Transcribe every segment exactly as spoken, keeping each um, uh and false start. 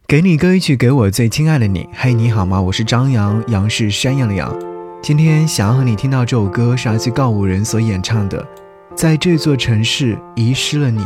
给你歌一曲，给我最亲爱的你。嘿，你好吗？我是张扬，杨是山羊的羊。今天想要和你听到这首歌，是来自告五人所演唱的《在这座城市遗失了你》。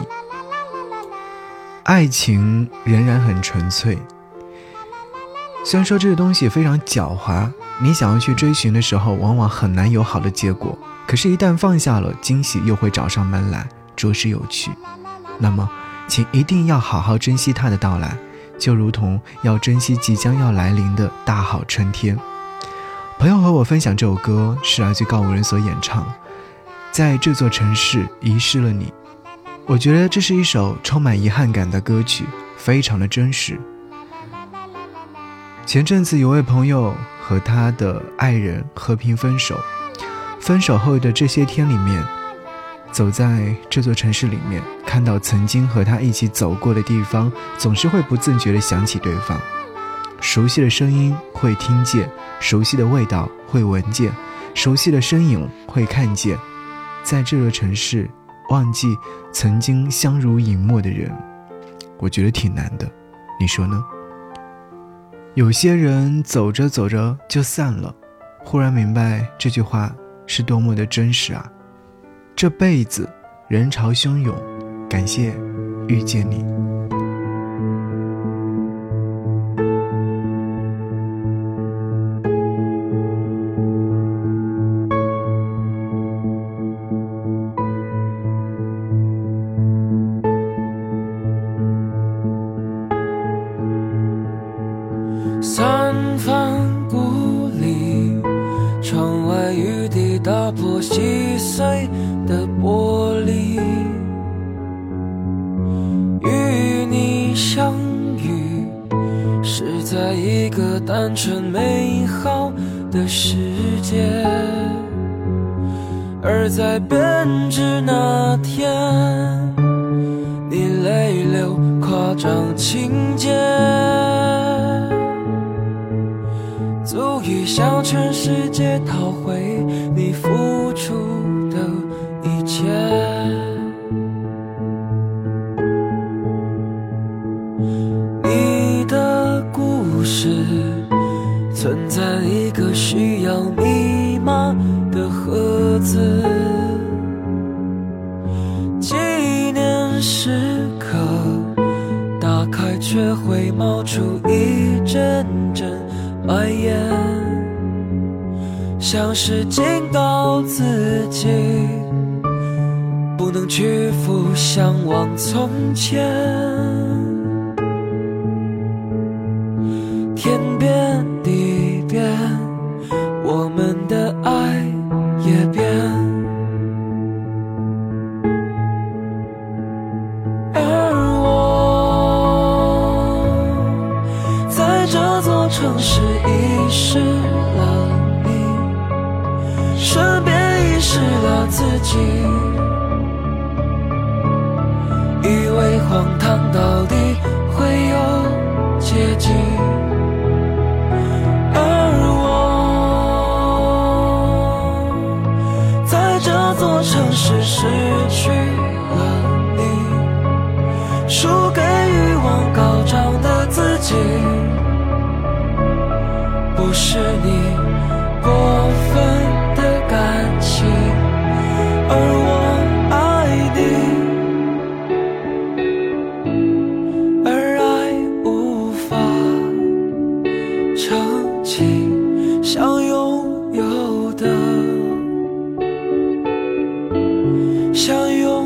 爱情仍然很纯粹，虽然说这个东西非常狡猾，你想要去追寻的时候，往往很难有好的结果。可是，一旦放下了，惊喜又会找上门来，着实有趣。那么，请一定要好好珍惜它的到来。就如同要珍惜即将要来临的大好春天。朋友和我分享这首歌，是来自告五人所演唱，在这座城市遗失了你。我觉得这是一首充满遗憾感的歌曲，非常的真实。前阵子有位朋友和他的爱人和平分手，分手后的这些天里面，走在这座城市里面，看到曾经和他一起走过的地方，总是会不自觉地想起对方。熟悉的声音会听见，熟悉的味道会闻见，熟悉的身影会看见。在这座城市忘记曾经相濡以沫的人，我觉得挺难的，你说呢？有些人走着走着就散了，忽然明白这句话是多么的真实啊。这辈子人潮汹涌，感谢遇见你。 三番故里，窗外雨滴打破细碎的玻璃，与你相遇是在一个单纯美好的世界，而在编织那天，你泪流夸张情节，足以向全世界讨回你付出的一切。你的故事存在一个需要密码的盒子，纪念时刻打开却会冒出一阵阵白烟，像是警告自己不能屈服向往从前。天变地变，我们的爱也变，而我在这座城市遗失了你，顺便遗失了自己，以为荒唐到底会有结局，而我在这座城市失去了你，输给欲望高涨的自己。不是你过分的感情，而我爱你，而爱无法澄清想拥有的，想拥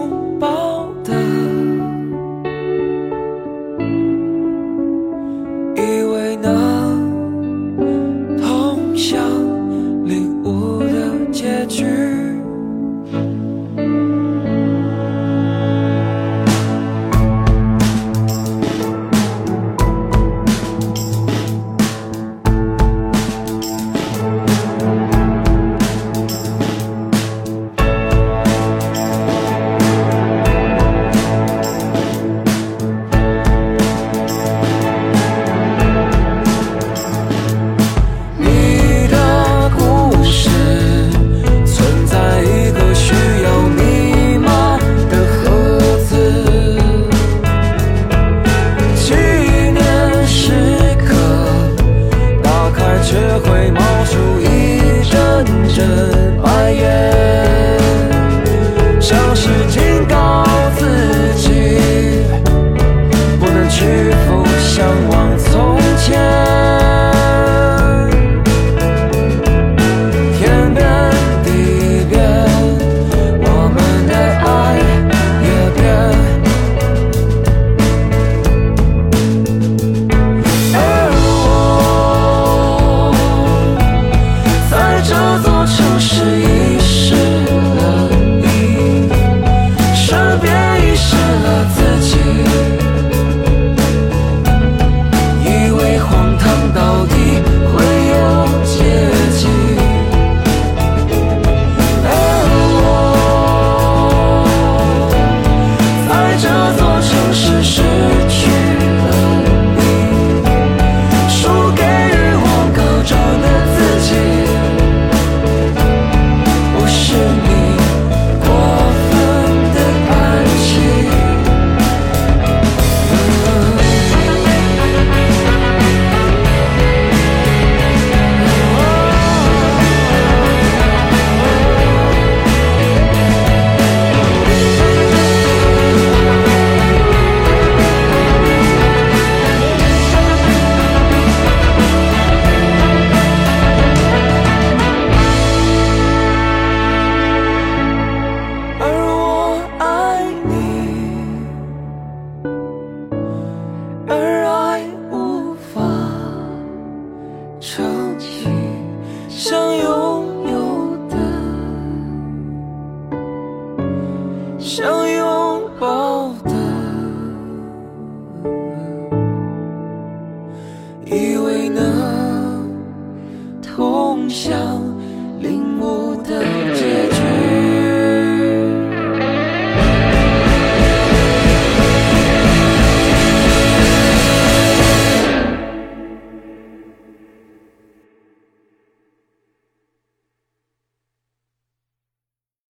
以为能同享